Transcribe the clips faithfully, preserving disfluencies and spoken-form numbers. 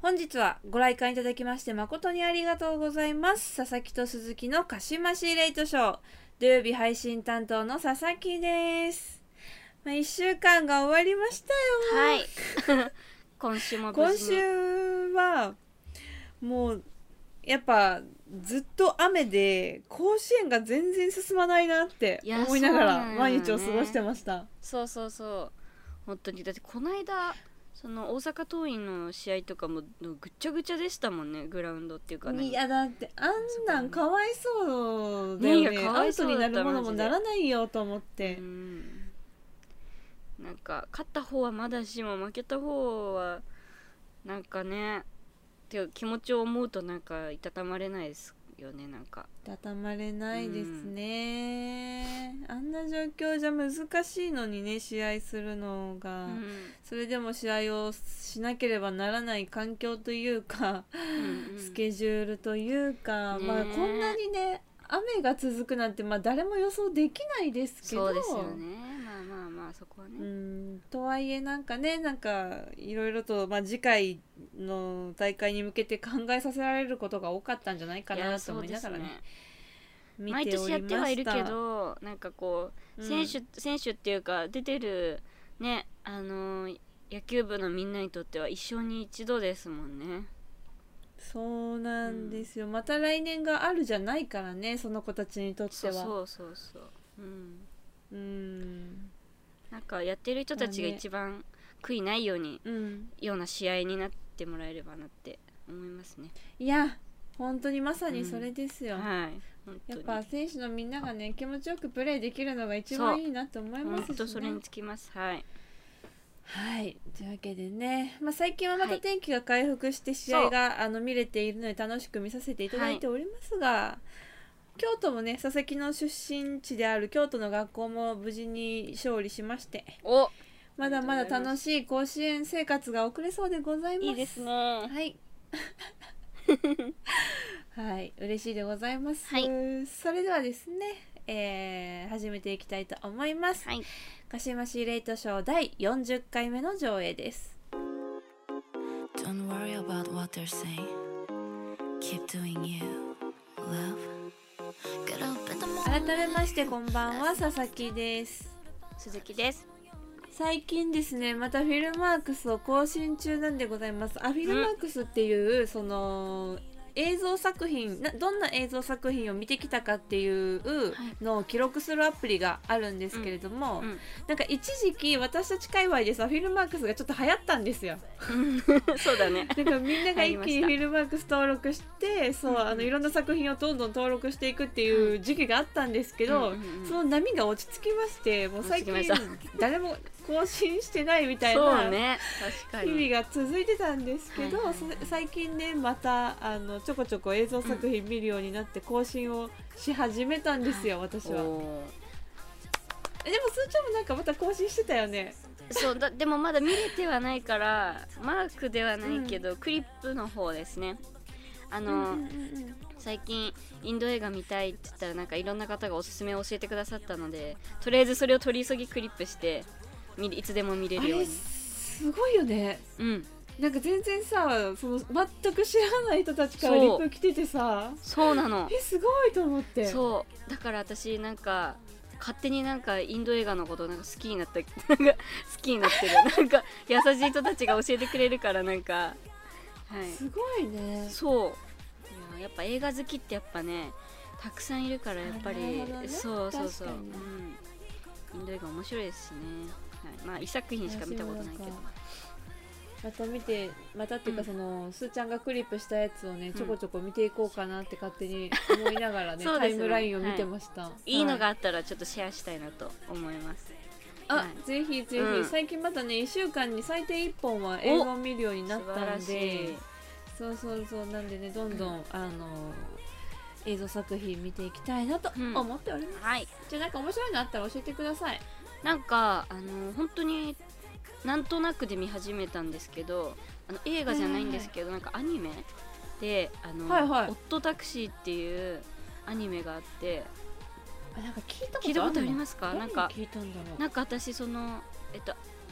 本日はご来館いただきまして誠にありがとうございます。佐々木と鈴木のかしましレイトショー、土曜日配信担当の佐々木です。まあ、いっしゅうかんが終わりましたよ。はい今週も無事に。 今週はもうやっぱずっと雨で甲子園が全然進まないなって思いながら毎日を過ごしてました。 そうそうそう本当に。だってこの間その大阪桐蔭の試合とかもぐっちゃぐちゃでしたもんね、グラウンドっていうかね。 いやだってあんなんかわいそうだよね。アウトになるものもならないよと思って、うん、 なんか勝った方はまだしも負けた方はなんかねっていう気持ちを思うとなんかいたたまれないですよね。なんかいたたまれないですね、うん、あんな状況じゃ難しいのにね、試合するのが、うん、それでも試合をしなければならない環境というか、うんうん、スケジュールというか、まあこんなにね雨が続くなんて、まあ、誰も予想できないですけど、 そうですよね。まあまあまあそこはね、 うんとはいえなんかね、なんかいろいろと、まあ、次回の大会に向けて考えさせられることが多かったんじゃないかなと思いながらね、 見ておりました。毎年やってはいるけど、なんかこう選手、うん、選手っていうか出てるね、あのー、野球部のみんなにとっては一生に一度ですもんね。 そうなんですよ、うん、また来年があるじゃないからね、その子たちにとっては。 そうそうそううん、 うん、 なんかやってる人たちが一番悔いないように、ね、うん、ような試合になってもらえればなって思いますね。 いや本当にまさにそれですよ、うん、 はい、 やっぱ選手のみんながね気持ちよくプレーできるのが一番いいなと思いますしね。 本当それにつきます。はいはい、というわけでね、まあ、最近はまた天気が回復して試合が、はい、あの見れているので楽しく見させていただいておりますが、はい、京都もね、佐々木の出身地である京都の学校も無事に勝利しまして、 おまだまだ楽しい甲子園生活が送れそうでございます。 いいですね。 はいはい、嬉しいでございます、 はい、 それではですね、えー、始めていきたいと思います。はい、かしましレイトショーだいよんじゅっかいめの上映です。 Don't worry about what they're saying. Keep doing you, love. 改めましてこんばんは、佐々木です。 鈴木です。 最近ですね、またフィルマークスを更新中なんでございます。あ、フィルマークスっていう、うん、その映像作品な、どんな映像作品を見てきたかっていうのを記録するアプリがあるんですけれども、うんうん、なんか一時期私たち界隈でさ、フィルマークスがちょっと流行ったんですよそうだね。 なんかみんなが一気にフィルマークス登録してそう、うんうん、あのいろんな作品をどんどん登録していくっていう時期があったんですけど、うんうんうん、その波が落ち着きまして、もう最近誰も更新してないみたいな日々が続いてたんですけど、最近ねまたあのちょこちょこ映像作品見るようになって更新をし始めたんですよ、うん、私は。でもすーちゃんもなんかまた更新してたよね。 そうだ、でもまだ見れてはないからマークではないけど、うん、クリップの方ですね。あの、うんうんうん、最近インド映画見たいって言ったらなんかいろんな方がおすすめを教えてくださったので、とりあえずそれを取り急ぎクリップしていつでも見れるように。 すごいよね。 うん、 なんか全然さ、その全く知らない人たちからリプ来ててさ、 そうなの。 えすごいと思って。 そうだから私なんか勝手になんかインド映画のことなんか好きになったなんか好きになってるなんか優しい人たちが教えてくれるからなんか、 はい、すごいね。 そういややっぱ映画好きってやっぱねたくさんいるからやっぱり、ね、そうそうそう、うん、インド映画面白いですしね。はい、まあ一作品しか見たことないけど、 また見てまたっていうか、うん、そのすーちゃんがクリップしたやつをね、うん、ちょこちょこ見ていこうかなって勝手に思いながらねタイムラインを見てました、はい、 いいのがあったらちょっとシェアしたいなと思います。 あ、はい、ぜひぜひ、うん、最近またねいっしゅうかんに最低いっぽんは映画を見るようになったんで、そうそうそう、なんでねどんどん、うん、あの映像作品見ていきたいなと思っております、うん、はい。じゃあなんか面白いのあったら教えてください。 なんかあの本当になんとなくで見始めたんですけど、あの映画じゃないんですけど、はいはい、なんかアニメであの、はいはい、オットタクシーっていうアニメがあって、 あ、なんか聞いたことあるの？ 聞いたことありますか？なんか聞いたんだろう。 なんか私そのえっと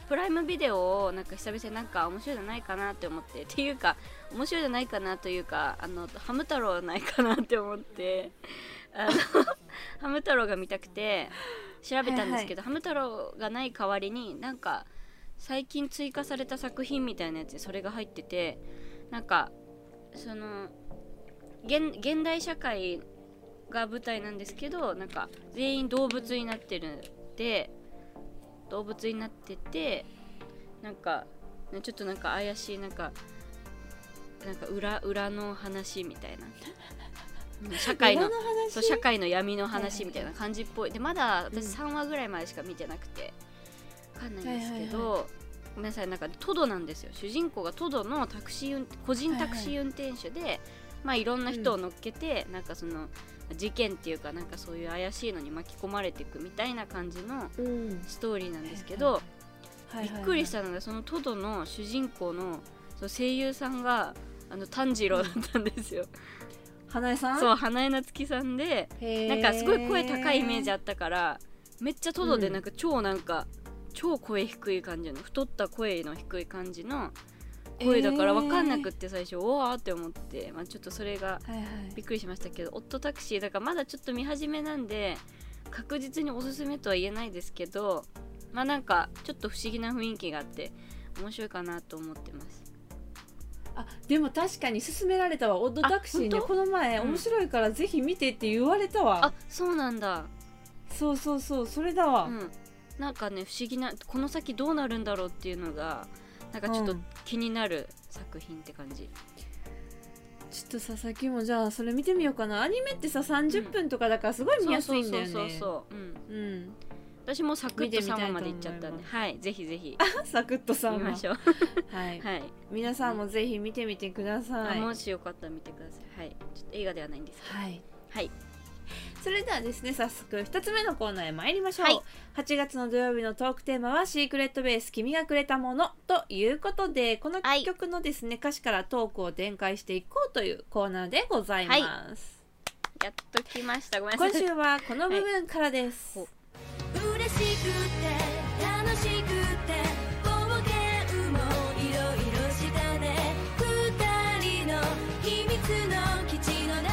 プライムビデオをなんか久々になんか面白いのないかなって思ってっていうか面白いのないかなというかあのハム太郎ないかなって思ってあのハム太郎が見たくて調べたんですけど、はいはい、ハム太郎がない代わりになんか最近追加された作品みたいなやつでそれが入っててなんかその 現, 現代社会が舞台なんですけどなんか全員動物になってるんで動物になっててなんかちょっとなんか怪しいなんかなんか 裏, 裏の話みたいな社会 の, そう社会の闇の話みたいな感じっぽいでまだ私さんわぐらいまでしか見てなくてわかんないんですけど、はいはいはい、ごめんなさいなんかトドなんですよ主人公がトドのタクシー個人タクシー運転手で、はいはいまあ、いろんな人を乗っけて、うん、なんかその事件っていうかなんかそういう怪しいのに巻き込まれていくみたいな感じのストーリーなんですけど、うん、びっくりしたのがそのトドの主人公のその声優さんがあの炭治郎だったんですよ、 うん、花江さんそう花江夏樹さんでなんかすごい声高いイメージあったからめっちゃトドでなんか超なんか、うん、超声低い感じの太った声の低い感じの声だから分かんなくって最初、えー、おわーって思って、まあ、ちょっとそれがびっくりしましたけど、はいはい、オットタクシーだからまだちょっと見始めなんで確実におすすめとは言えないですけどまあなんかちょっと不思議な雰囲気があって面白いかなと思ってます。 あでも確かに勧められたわオットタクシーねこの前、うん、面白いからぜひ見てって言われたわ。 あそうなんだそうそうそうそれだわ、うん、 なんかね不思議なこの先どうなるんだろうっていうのがなんかちょっと気になる作品って感じ、うん、 ちょっとささっきもじゃあそれ見てみようかな。アニメってささんじゅっぷんとかだからすごい見やすいんだよね。 そうそうそうそううん、うん、私もサクッとさんわまでいっちゃったんではいぜひぜひサクッとさんわ見ましょうはい、はい、皆さんもぜひ見てみてください。 もしよかったら見てください。はいちょっと映画ではないんですけどはい、 はいそれではですね早速ふたつめのコーナーへ参りましょう、はい、はちがつの土曜日のトークテーマはシークレットベース君がくれたものということでこの曲のですね、はい、歌詞からトークを展開していこうというコーナーでございます、はい、 やっと来ましたごめんなさい今週はこの部分からです、はい、 嬉しくて楽しくて冒険もいろいろしたね二人の秘密の基地の中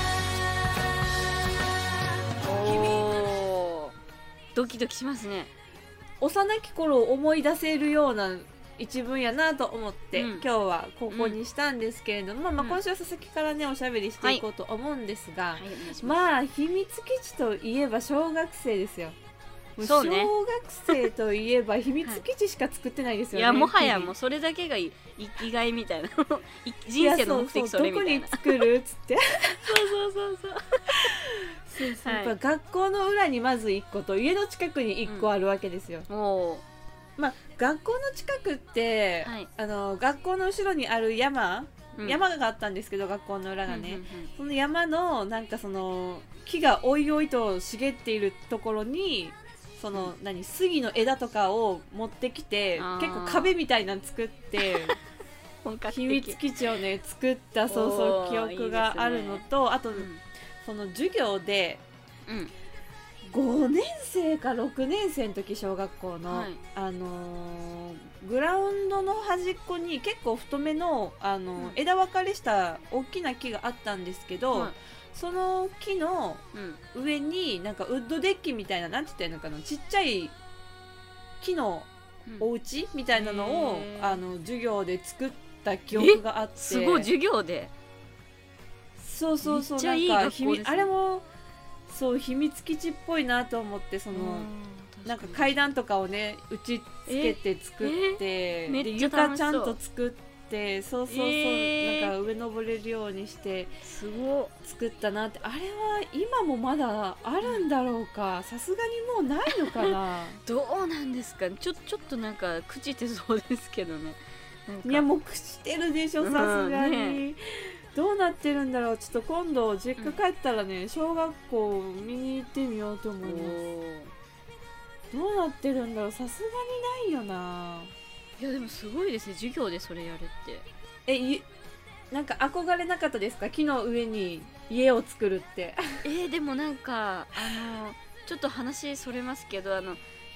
ドキドキしますね。 幼き頃を思い出せるような一文やなと思って、うん、今日はここにしたんですけれども、うん、まあ、まあ今週は佐々木からねおしゃべりしていこうと思うんですが、はいはい、まあ秘密基地といえば小学生ですよ。そうね、小学生といえば秘密基地しか作ってないですよね、 はい、いやもはやもうそれだけが生きがいみたいな人生の目的それみたいな。 どこに作るっつってそうそうそうそうそうそう、はい、やっぱ学校の裏にまずいっこと家の近くにいっこあるわけですよ、うん、おまあ学校の近くって、はい、あの学校の後ろにある山、うん、山があったんですけど学校の裏がね、うんうんうん、その山のなんかその木がおいおいと茂っているところにその、うん、何杉の枝とかを持ってきて結構壁みたいなの作って秘密基地をね作ったそうそう記憶があるのと、いいですね、あと、うん、その授業で、うん、ごねんせいかろくねんせいの時小学校の、はい、あのー、グラウンドの端っこに結構太めの、あのーうん、枝分かれした大きな木があったんですけど、はい、その木の上になんかウッドデッキみたいななんて言ったらいいのかなちっちゃい木のお家、うん、みたいなのをあの授業で作った記憶があってすごい授業でそうそうそうなんか秘密あれもそう秘密基地っぽいなと思ってそのなんか階段とかをね打ち付けて作ってで床ちゃんと作ってそうそうそう、えー、なんか上登れるようにしてすご作ったなってあれは今もまだあるんだろうかさすがにもうないのかなどうなんですかちょ、ちょっとなんか朽ちてそうですけどねいやもう朽ちてるでしょさすがに、ね、どうなってるんだろうちょっと今度実家帰ったらね、うん、小学校見に行ってみようと思いますどうなってるんだろうさすがにないよないやでもすごいですね授業でそれやるってえいなんか憧れなかったですか木の上に家を作るってえー、でもなんかあのちょっと話それますけどあの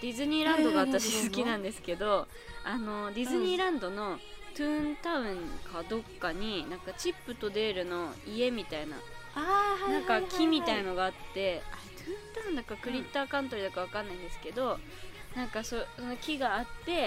ディズニーランドが私好きなんですけど、あのディズニーランドのトゥーンタウンかどっかになんかチップとデールの家みたいな、なんか木みたいのがあって、あれトゥーンタウンだかクリッターカントリーだかわかんないんですけど、なんか そ, その木があって、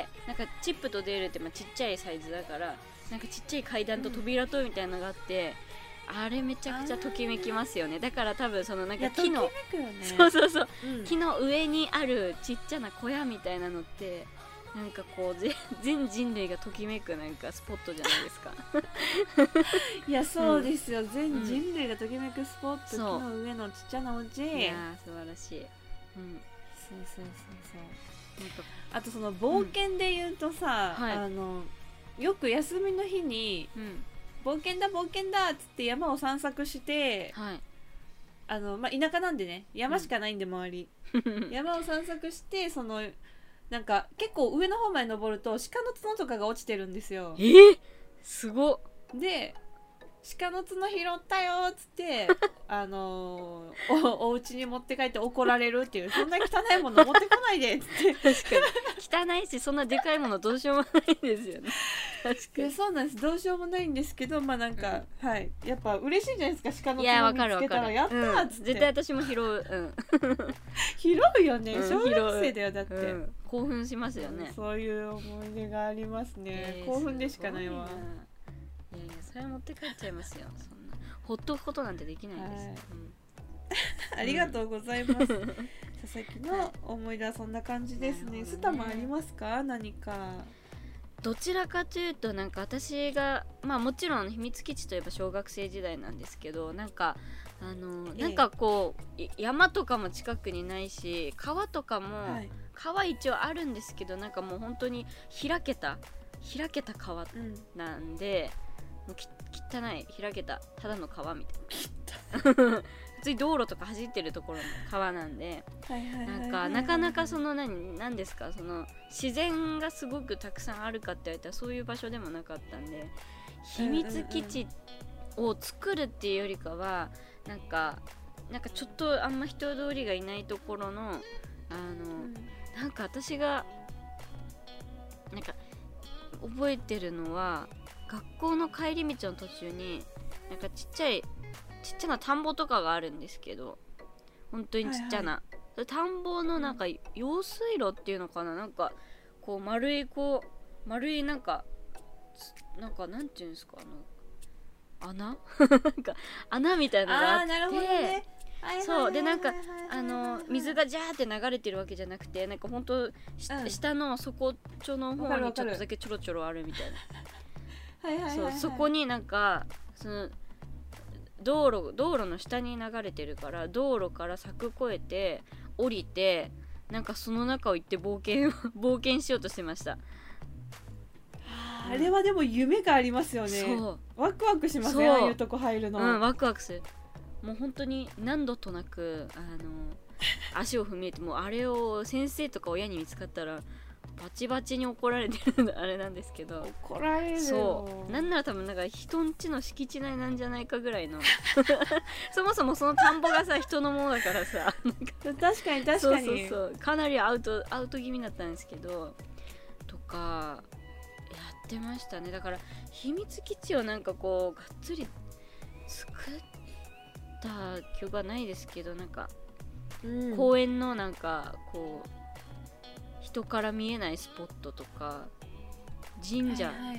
なんかチップとデールってまあちっちゃいサイズだから、なんかちっちゃい階段と扉とみたいなのがあって、うん、あれめちゃくちゃときめきますよね。だから多分そのなんか木の、ね、そうそうそう、うん、木の上にあるちっちゃな小屋みたいなのってなんかこう全人類がときめくなんかスポットじゃないですかいやそうですよ、うん、全人類がときめくスポット、うん、木の上のちっちゃなお家。いや素晴らしい、うん、 そうそうそうそう。なんかあとその冒険で言うとさ、うん、はい、あのよく休みの日に、うん、冒険だ冒険だっつって山を散策して、はい、あのまあ、田舎なんでね山しかないんで周り、うん、山を散策して、そのなんか結構上の方まで登ると鹿の角とかが落ちてるんですよ。 えー、すごっ。 で鹿の角拾ったよっつってあのー、お, お家に持って帰って怒られるっていう、そんな汚いもの持ってこないでっつって確かに汚いし、そんなでかいものどうしようもないですよね確かに。 いやそうなんです、どうしようもないんですけど、まあなんか、うん、はい、やっぱ嬉しいじゃないですか、鹿の角見つけたらやったーっつって、うん、 絶対私も拾う、うん、 拾うよね、小学生だよだって、うん、 興奮しますよね、 うん、そういう思い出がありますね、えー、興奮でしかないわ。 いやいや、それ持って帰っちゃいますよ。そんなほっとくことなんてできないんです、はい、 うん、ありがとうございます、うん、佐々木の思い出はそんな感じですね。スタもありますか、何か。 どちらかというとなんか私がまあもちろん秘密基地といえば小学生時代なんですけど、なんかあの、ええ、なんかこう山とかも近くにないし、川とかも、はい、川一応あるんですけど、なんかもう本当に開けた開けた川なんで、うん、もうき汚い開けたただの川みたいな普通に道路とか走ってるところの川なんで、なんかなかなかその何何ですか、その自然がすごくたくさんあるかって言われたらそういう場所でもなかったんで、秘密基地を作るっていうよりかはなんかなんかちょっとあんま人通りがいないところのあの、うん、なんか私がなんか覚えてるのは、学校の帰り道の途中になんかちっちゃいちっちゃな田んぼとかがあるんですけど、本当にちっちゃな、はいはい、田んぼのなんか用水路っていうのかな、なんかこう丸いこう丸いなんかなんかなんていうんですか、あの穴なんか穴みたいなのがあって、なるほどね、そうでなんかあの水がジャーって流れてるわけじゃなくて、なんかほんと、うん、下の底っちょの方にちょっとだけちょろちょろあるみたいなそう、そこになんかその道路道路の下に流れてるから、道路から柵越えて降りて、なんかその中を行って冒険冒険しようとしてました。 あれはでも夢がありますよね。そうワクワクしますね、ああいうとこ入るの。 うん、ワクワクする。もう本当に何度となくあの足を踏み入れて、もうあれを先生とか親に見つかったらバチバチに怒られてるあれなんですけど、 怒られるよ。 そうなんなら多分なんか人んちの敷地内なんじゃないかぐらいのそもそもその田んぼがさ人のものだからさ確かに確かに、 そうそうそう、かなりアウトアウト気味だったんですけどとかやってましたね。だから秘密基地をなんかこうがっつり作った記憶はないですけど、なんか、うん、公園のなんかこう人から見えないスポットとか神社、はいはいはい、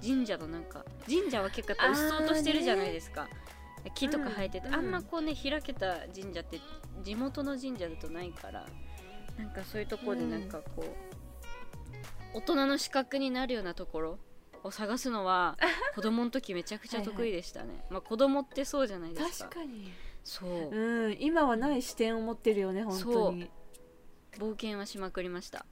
神社のなんか神社は結構うっそうとしてるじゃないですか、木とか生えてて、うん、あんまこうね開けた神社って地元の神社だとないから、なんかそういうところでなんかこう、うん、大人の視覚になるようなところを探すのは子供の時めちゃくちゃ得意でしたねはい、はい、まあ子供ってそうじゃないですか。 確かにそう、 うん、今はない視点を持ってるよね本当に。 冒険はしまくりました。はい。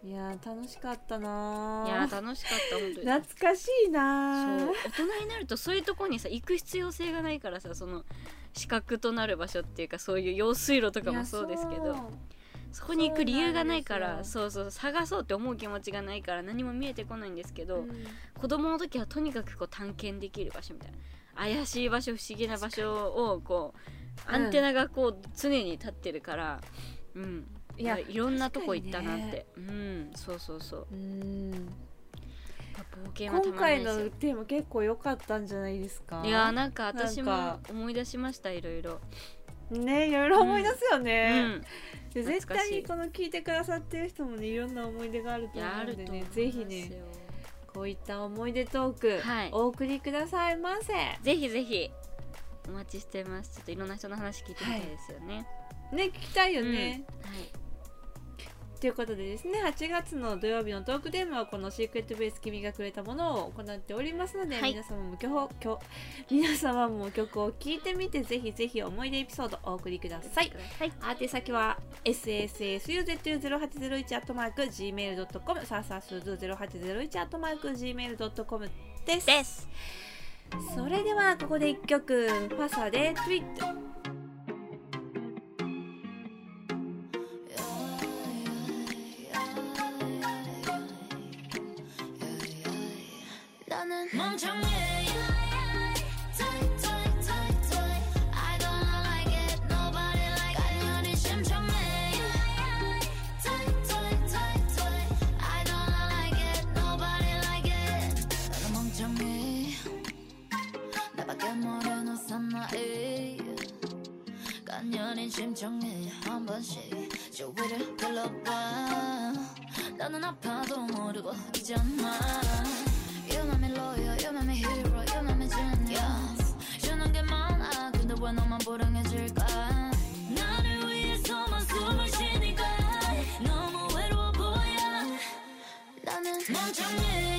いや楽しかったな。 いや楽しかった本当に。 懐かしいな。 そう大人になるとそういうとこにさ行く必要性がないからさ、その視覚となる場所っていうかそういう用水路とかもそうですけど、そこに行く理由がないから、そうそう探そうって思う気持ちがないから何も見えてこないんですけど、うん、子供の時はとにかくこう探検できる場所みたいな、怪しい場所不思議な場所をこうアンテナがこう常に立ってるから、うん、 いやいろんなとこ行ったなって、ね、うんそうそうそううん冒険はたまらないですよ。今回のテーマ結構良かったんじゃないですか。 いやなんか私も思い出しました。いろいろねいろいろ思い出すよね、うんうん、で絶対にこの聞いてくださってる人もねいろんな思い出があると思うのでねぜひねこういった思い出トーク、はい、お送りくださいませ。 ぜひぜひお待ちしてます。ちょっといろんな人の話聞いてみたいですよね、 はい、ね聞きたいよね、うん、はいということでですねはちがつの土曜日のトークテーマはこのシークレットベース君がくれたものを行っておりますので、はい、皆様も曲曲皆様も曲を聴いてみてぜひぜひ思い出エピソードお送りください。宛先は エスエスエスユーゼットユーゼロはちゼロいち アットマーク ジーメールドットコム サーサースーズゼロはちゼロいち アットマーク ジーメールドットコム です。です。それではここでいっきょくファサでトゥイット。 심청해 한 번씩 주위를 둘러봐 나는 아파도 모르고 있잖아 You make me loyal, you make me hero, you make me genius 주는 게 많아 근데 왜 너만 불행해질까 나를 위해서만 숨을 쉬니까 너무 외로워 보여 나는 멍청해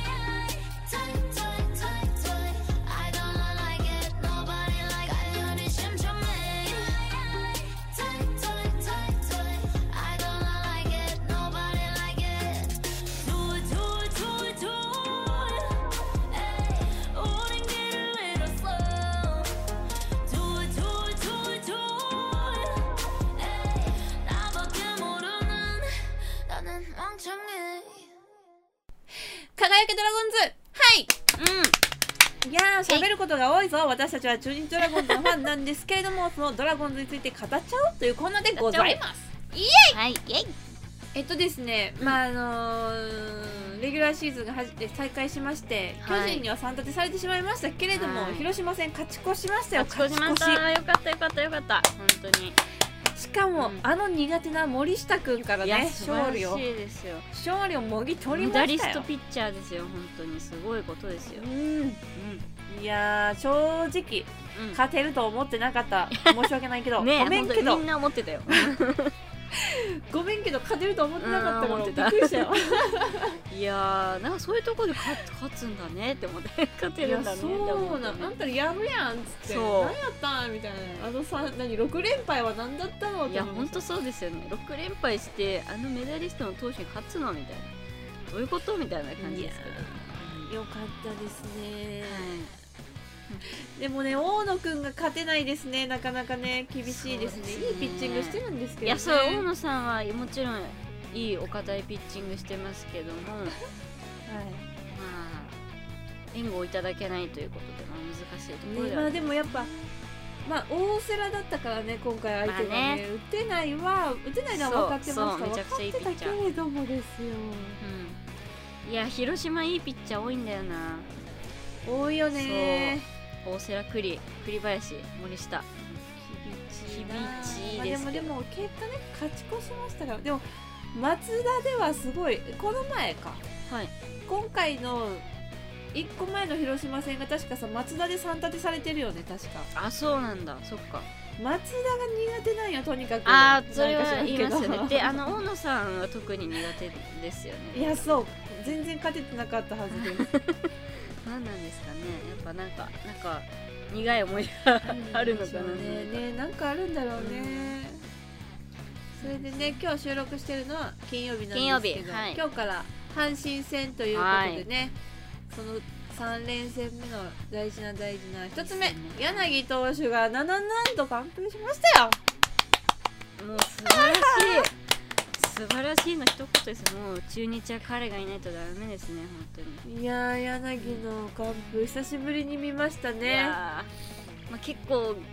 輝けドラゴンズはいうんいやー喋ることが多いぞ。私たちは中日ドラゴンズのファンなんですけれどもそのドラゴンズについて語っちゃおうというコーナーでございます。イエイはいイエイえっとですね、うん、まああのー、レギュラーシーズンがはじ再開しまして、はい、巨人にはさん立てされてしまいましたけれども、はい、広島戦勝ち越しましたよ。 勝ち越しましたよかったよかったよかった本当に。 しかも、うん、あの苦手な森下くんからね勝利を勝利をもぎ取りましたよ。メダリストピッチャーですよ本当にすごいことですよ。うん、 うん、いやー正直、うん、勝てると思ってなかった。申し訳ないけどねごめんけどみんな思ってたよごめんけど勝てると思ってなかったからびっくりしたよいやーなんかそういうところで 勝, 勝つんだねって思って勝てるんだねって思って、ね、 そうなあんたやるやんっつって何やったんみたいなあのさ何ろく連敗は何だったのって。 いやほんとそうですよね。ろく連敗してあのメダリストの投手に勝つのみたいなどういうことみたいな感じですけどよかったですね、はいでもね大野くんが勝てないですね。なかなかね厳しいです ね, ですねいいピッチングしてるんですけどね。いやそう大野さんはもちろんいいお堅いピッチングしてますけどもはいまあ援護をいただけないということで、まあ、難しいところでは、ね、まあでもやっぱまあ大瀬良だったからね今回相手がね、まあ、ね打てないは打てないのは分かってました分かってたけれどもですよ、 うん、いや広島いいピッチャー多いんだよな。 多いよね。 大瀬良栗栗林森下厳しいですけど、まあ、でもでも結果ね勝ち越しましたから。でも松田ではすごいこの前か、はい、今回のいっこまえの広島戦が確かさ松田でさん立てされてるよね確か。 あそうなんだそっか。 松田が苦手なんよとにかく。 あーそれは言いますよねであの大野さんは特に苦手ですよね。 いやそう全然勝ててなかったはずです何なんですかねやっぱなんかなんか苦い思いがあるのかなね。ねなんかあるんだろうね、うん、それでね今日収録してるのは金曜日なんですけど、はい、今日から阪神戦ということでね、はい、そのさん連戦目の大事な大事なひとつめ、柳投手がなななんと完封しましたよ。 もう素晴らしい素晴らしいの一言です。もう中日は彼がいないとダメですね本当に。 いやー柳の完封久しぶりに見ましたね。いやまあ、結構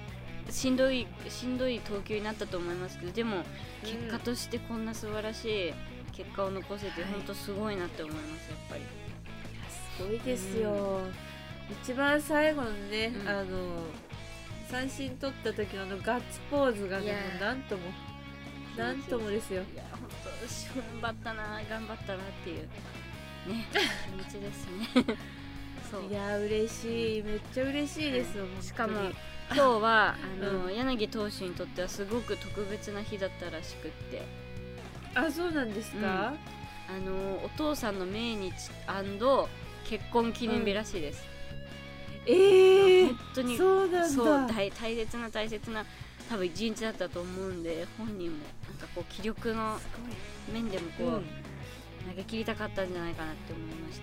しんどいしんどい投球になったと思いますけど、でも結果としてこんな素晴らしい結果を残せて本当すごいなって思いますやっぱり。 すごいですよ、うん、一番最後のね、うん、あの三振取った時のあのガッツポーズがね、もうなんともなんともですよ。 いや本当頑張ったな頑張ったなっていうね気持ちですねそういや嬉しい、めっちゃ嬉しいですよ、はい、 しかも今日はあの、うん、柳投手にとってはすごく特別な日だったらしくって。 あ、そうなんですか、うん、 あのお父さんの命日&結婚記念日らしいです、 うん、えー、 本当にそうなんだ。 そう大大切な大切な多分一日だったと思うんで、本人もなんかこう気力の面でもこう、うん、投げ切りたかったんじゃないかなって思いまして。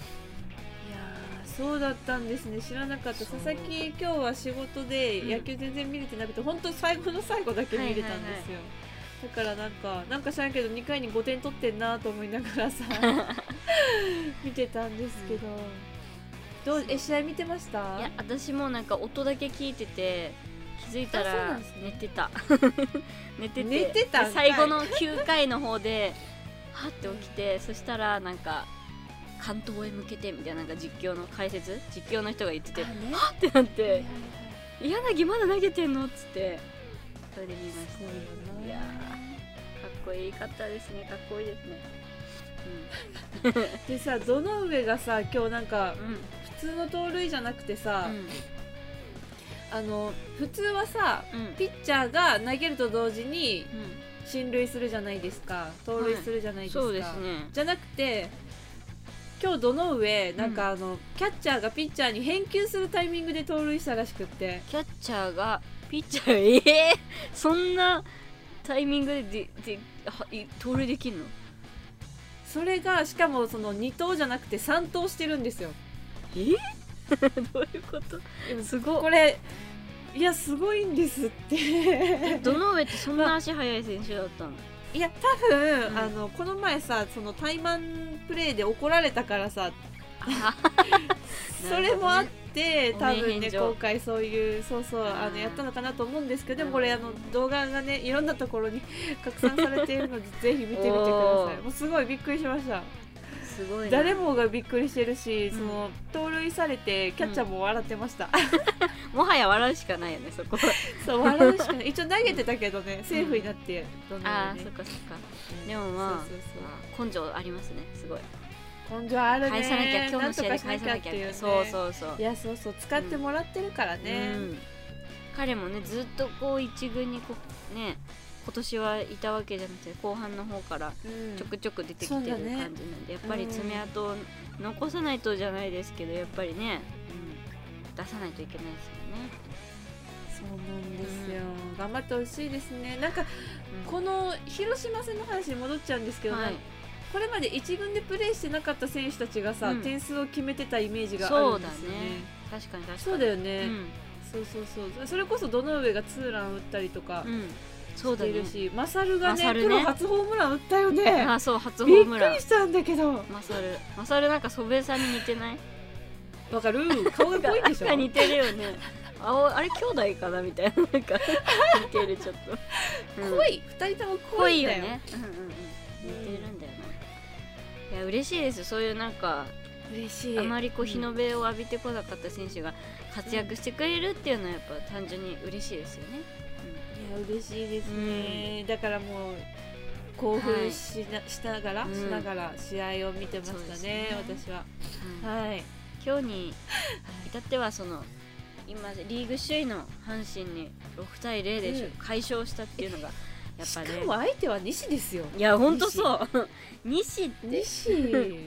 そうだったんですね、知らなかった。佐々木今日は仕事で野球全然見れてなくて、うん、本当最後の最後だけ見れたんですよ、はいはいはい、だからなんかなんか知らんけどにかいにごてん取ってんなと思いながらさ見てたんですけど、うん、どうえ試合見てました？ いや私もなんか音だけ聞いてて気づいたら寝てた寝てて寝てた最後のきゅうかいの方ではって起きて、そしたらなんか関東へ向けてみたいな、なんか実況の解説実況の人が言ってて、はっってなって、柳まだ投げてんのっつってそれで見ました。いやーかっこいいかったですね、かっこいいですね、 うん、でさ、堂上がさ今日なんか、うん、普通の盗塁じゃなくてさ、うん、あの普通はさ、うん、ピッチャーが投げると同時に進塁するじゃないですか、盗塁するじゃないですか、はい、 そうですね、 じゃなくて今日堂上なんかあの、うん、キャッチャーがピッチャーに返球するタイミングで盗塁したらしくって、 キャッチャーがピッチャーえー、そんなタイミングででで盗塁できるの？ それがしかもそのに投じゃなくてさん投してるんですよ。 えどういうこと？ すごいこれいやすごいんですって堂上ってそんな足速い選手だったの？ いや多分、うん、あのこの前さその怠慢プレーで怒られたからさそれもあって、ね、多分ね今回そういうそうそうあのやったのかなと思うんですけど、でもこれあの動画がねいろんなところに拡散されているのでぜひ見てみてください。もうすごいびっくりしました。 すごい誰もがびっくりしてるし、うん、その盗塁されてキャッチャーも笑ってました、 うん、もはや笑うしかないよねそこそう笑うしかない。一応投げてたけどね、うん、セーフになってどんどん、ね、ああそっかそっか、うん、でもまあ、そうそうそう、根性ありますね、すごい根性あるね。 返さなきゃ今日の試合で返さなきゃっていう、ね、そうそうそう、 いやそうそう使ってもらってるからね、うんうん、 彼もねずっとこう一軍にこうね今年はいたわけじゃなくて後半の方からちょくちょく出てきてる感じなんで、うんね、やっぱり爪痕を残さないとじゃないですけどやっぱりね、うん、出さないといけないですよね。 そうなんですよ、うん、頑張ってほしいですね。なんか、うん、この広島戦の話に戻っちゃうんですけど、はい、これまで一軍でプレーしてなかった選手たちがさ、うん、点数を決めてたイメージがあるんですよね。 そうだね、確かに確かにそうだよね、うん、そうそうそう、それこそ堂上がツーラン打ったりとか、うんそうだね、してるし、マサルが ね, ねプロ初ホームラン打ったよね。 あ、そう初ホームラン。 びっくりしたんだけど。 マサル、マサルなんか祖父江さんに似てない？ わかる？顔が濃いでしょ。 似てるよね。あ、あれ兄弟かなみたいななんか似てるちょっと。 うん、濃い、二人とも濃いんだよ。 濃いよね。うんうんうん。似てるんだよな。いや嬉しいです。そういうなんか嬉しい。 あまりこう日の目を浴びてこなかった選手が活躍してくれるっていうのはやっぱ単純に嬉しいですよね。 嬉しいですね、うん、だからもう興奮し な,、はい、しながら、うん、しながら試合を見てましたね、ね私は、うん、はい。 今日に至ってはその今リーグ首位の阪神にろくたいゼロで、うん、快勝したっていうのがやっぱね、 しかも相手は西ですよ。 いやほんとそう西って西、うん、いっ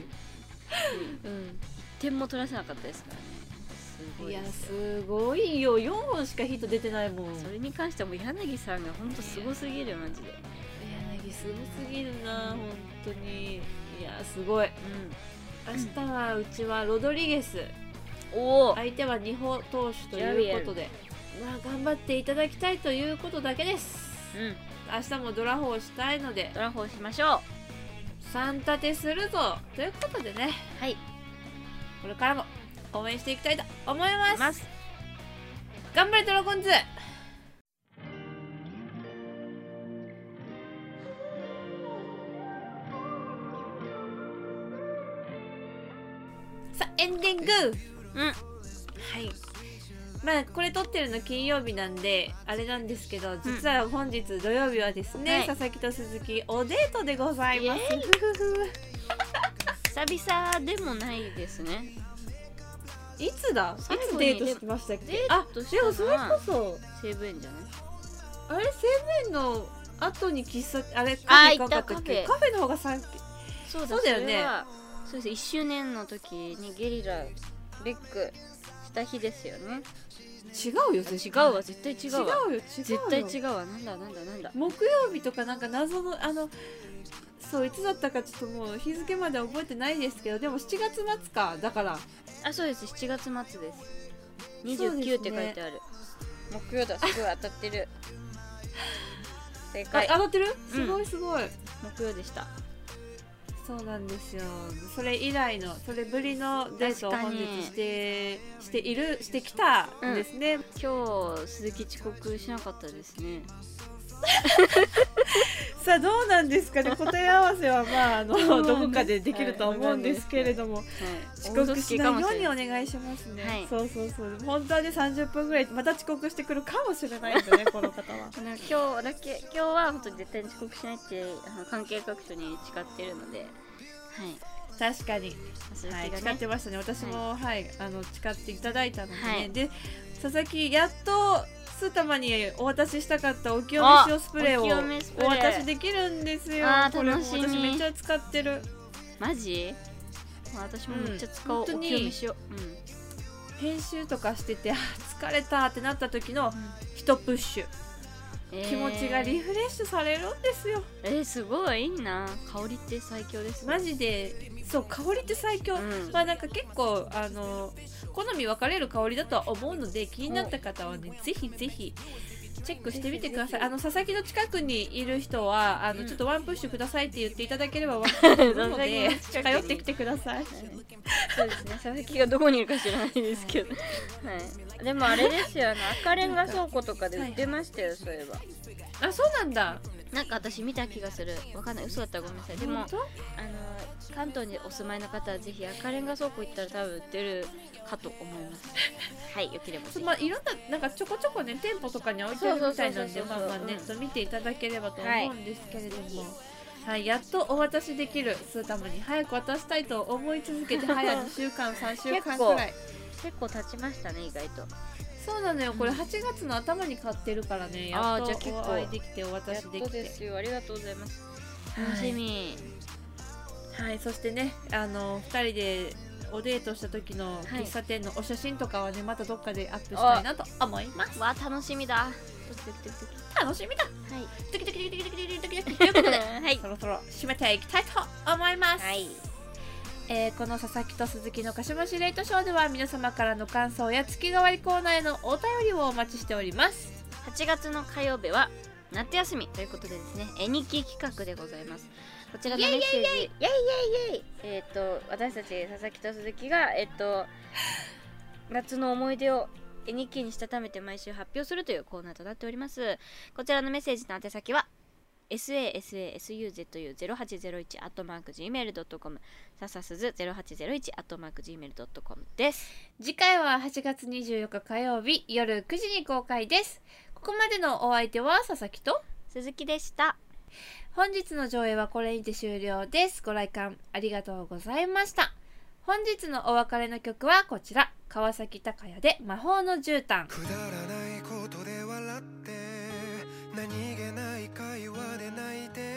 てんも取らせなかったですからね。 いやすごいよ、よんほんしかヒット出てないもん。 それに関してはもう柳さんが本当すごすぎるよマジで。 柳すごすぎるな、うん、本当に。いやすごい、うん、明日はうちはロドリゲス、お相手は二歩投手ということで、まあ、頑張っていただきたいということだけです、うん、明日もドラフォーしたいのでドラフォーしましょう。 さん立てするぞということでね、 はい、 これからも応援していきたいと思います。頑張れドラゴンズ。 ー。 うん。はい。 まあこれ撮ってるの金曜日なんであれなんですけど、実は本日土曜日はですね、うん、佐々木と鈴木おデートでございます。 久々でもないですね。 いつだ？いつデートしてましたっけ？ あ、でもそれこそ西武園じゃない？ あれ西武園の後に喫茶あれカフェ行かなかったっけ？カフェの方が先。 そうだ、 そうだよね。 そうです。いっしゅうねんの時にゲリラレックした日ですよね。 違うよ、 違うわ、絶対違うわ。 違うよ、違うよ。 絶対違うわ。なんだなんだなんだ。 木曜日とかなんか謎のあのそういつだったかちょっともう日付まで覚えてないですけど、でもしちがつまつかだから。 あ、そうです。しちがつまつです。にじゅうきゅうって書いてある。木曜だ。すごい当たってる。正解。 当たってる？すごいすごい。 木曜でした。 そうなんですよ。それ以来のそれぶりのデートを本日してしているしてきたんですね、うん、 今日鈴木遅刻しなかったですね。 さあどうなんですかね。答え合わせはまああのどこかでできると思うんですけれども、はい、遅刻しないようにお願いしますね、はい、そうそうそう。本当はねさんじゅっぷんぐらいまた遅刻してくるかもしれないんでねこの方は。 今日だけ今日は本当に絶対に遅刻しないってあの関係各所に誓ってるので、はい。 確かに、はい、誓ってましたね。私も、はい、はい、あの誓っていただいたのでね、はい、で佐々木やっとスータマにお渡ししたかったお清め塩スプレーをお渡しできるんですよ。これも私めっちゃ使ってる。 マジ？私もめっちゃ使おう、うん、お清め塩、うん、 編集とかしてて疲れたってなった時の一プッシュ、えー、気持ちがリフレッシュされるんですよ。 えー、すごいいいな。香りって最強です、 ね、マジでそう香りって最強、うん、まあなんか結構あの好み分かれる香りだとは思うので気になった方はねぜひぜひチェックしてみてください。あの佐々木の近くにいる人はあの、うん、ちょっとワンプッシュくださいって言っていただければ分かるので近寄ってきてください。 そうですね。佐々木がどこにいるか知らないですけど、はい、でもあれですよね。赤レンガ倉庫とかで売ってましたよ、そういえば。 あ、そうなんだ。 なんか私見た気がする。わかんない、嘘だったらごめんなさい。でもあの関東にお住まいの方はぜひ赤レンガ倉庫行ったら多分売ってるかと思います。はい、よければ。 まあいろんななんかちょこちょこね店舗とかに置いてあるみたいなんで、まあまあネット見ていただければと思うんですけれども、はい、はい、やっとお渡しできるスータマに早く渡したいと思い続けて早にしゅうかんさんしゅうかんくらい結構経ちましたね、意外と。 そうなのよ、これはちがつの頭に買ってるからね、やっとお会いできてお渡しできて。やっとですよ、ありがとうございます。楽しみ。 はい、はい、そしてね、あのふたりでおデートした時の喫茶店のお写真とかはね、またどっかでアップしたいなと思います。 わ、楽しみだ。 楽しみだ。はい。ドキドキドキドキドキドキドキドキということで、はい、そろそろ締めていきたいと思います。はい。えー、この佐々木と鈴木の鹿島市レイトショーでは皆様からの感想や月替わりコーナーへのお便りをお待ちしております。 はちがつの火曜日は夏休みということでですね、絵日記企画でございます。こちらのメッセージ、イエイイエイイエイイエイえっ、ー、と私たち佐々木と鈴木がえっ、ー、と夏の思い出を絵日記にしたためて毎週発表するというコーナーとなっております。こちらのメッセージの宛先はエスエーエスエーエスユーゼットユーゼロはちゼロいち アットマーク ジーメールドットコム ささすずゼロはちゼロいち アットマーク ジーメールドットコム です。 次回ははちがつにじゅうよっか火曜日夜くじに公開です。ここまでのお相手は佐々木と鈴木でした。 本日の上映はこれにて終了です。ご来館ありがとうございました。本日のお別れの曲はこちら、川崎鷹也で魔法の絨毯。くだらないことで笑って何気ない会話で泣いて